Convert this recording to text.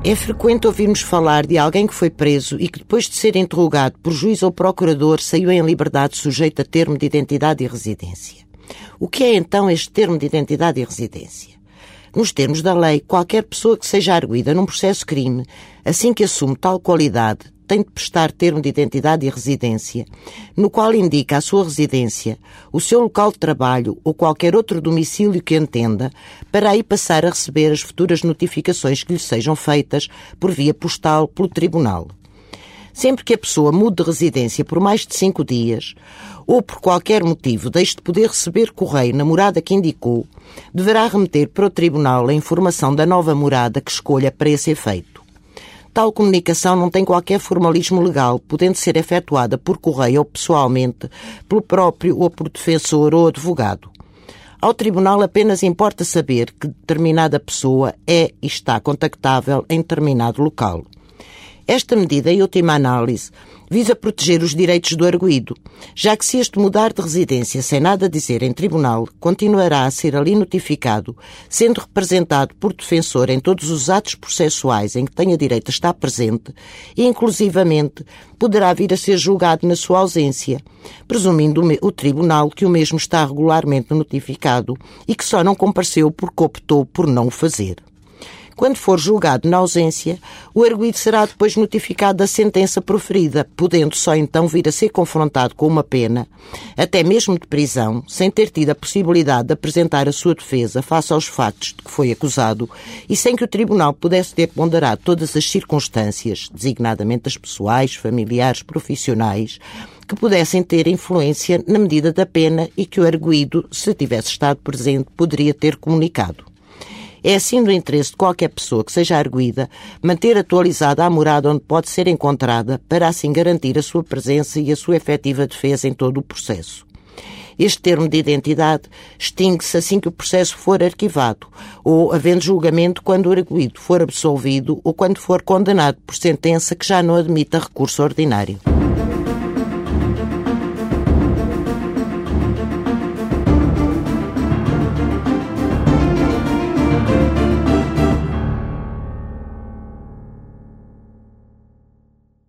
É frequente ouvirmos falar de alguém que foi preso e que depois de ser interrogado por juiz ou procurador saiu em liberdade sujeito a termo de identidade e residência. O que é então este termo de identidade e residência? Nos termos da lei, qualquer pessoa que seja arguida num processo crime, assim que assume tal qualidade, tem de prestar termo de identidade e residência, no qual indica a sua residência, o seu local de trabalho ou qualquer outro domicílio que entenda, para aí passar a receber as futuras notificações que lhe sejam feitas por via postal pelo Tribunal. Sempre que a pessoa mude de residência por mais de 5 dias, ou por qualquer motivo deixe de poder receber correio na morada que indicou, deverá remeter para o Tribunal a informação da nova morada que escolha para esse efeito. Tal comunicação não tem qualquer formalismo legal, podendo ser efetuada por correio ou pessoalmente, pelo próprio ou por defensor ou advogado. Ao Tribunal apenas importa saber que determinada pessoa é e está contactável em determinado local. Esta medida, em última análise, visa proteger os direitos do arguido, já que se este mudar de residência sem nada dizer em tribunal, continuará a ser ali notificado, sendo representado por defensor em todos os atos processuais em que tenha direito a estar presente e, inclusivamente, poderá vir a ser julgado na sua ausência, presumindo o tribunal que o mesmo está regularmente notificado e que só não compareceu porque optou por não o fazer. Quando for julgado na ausência, o arguido será depois notificado da sentença proferida, podendo só então vir a ser confrontado com uma pena, até mesmo de prisão, sem ter tido a possibilidade de apresentar a sua defesa face aos factos de que foi acusado e sem que o Tribunal pudesse ter ponderado todas as circunstâncias, designadamente as pessoais, familiares, profissionais, que pudessem ter influência na medida da pena e que o arguido, se tivesse estado presente, poderia ter comunicado. É assim do interesse de qualquer pessoa que seja arguida manter atualizada a morada onde pode ser encontrada para assim garantir a sua presença e a sua efetiva defesa em todo o processo. Este termo de identidade extingue-se assim que o processo for arquivado ou havendo julgamento quando o arguido for absolvido ou quando for condenado por sentença que já não admita recurso ordinário.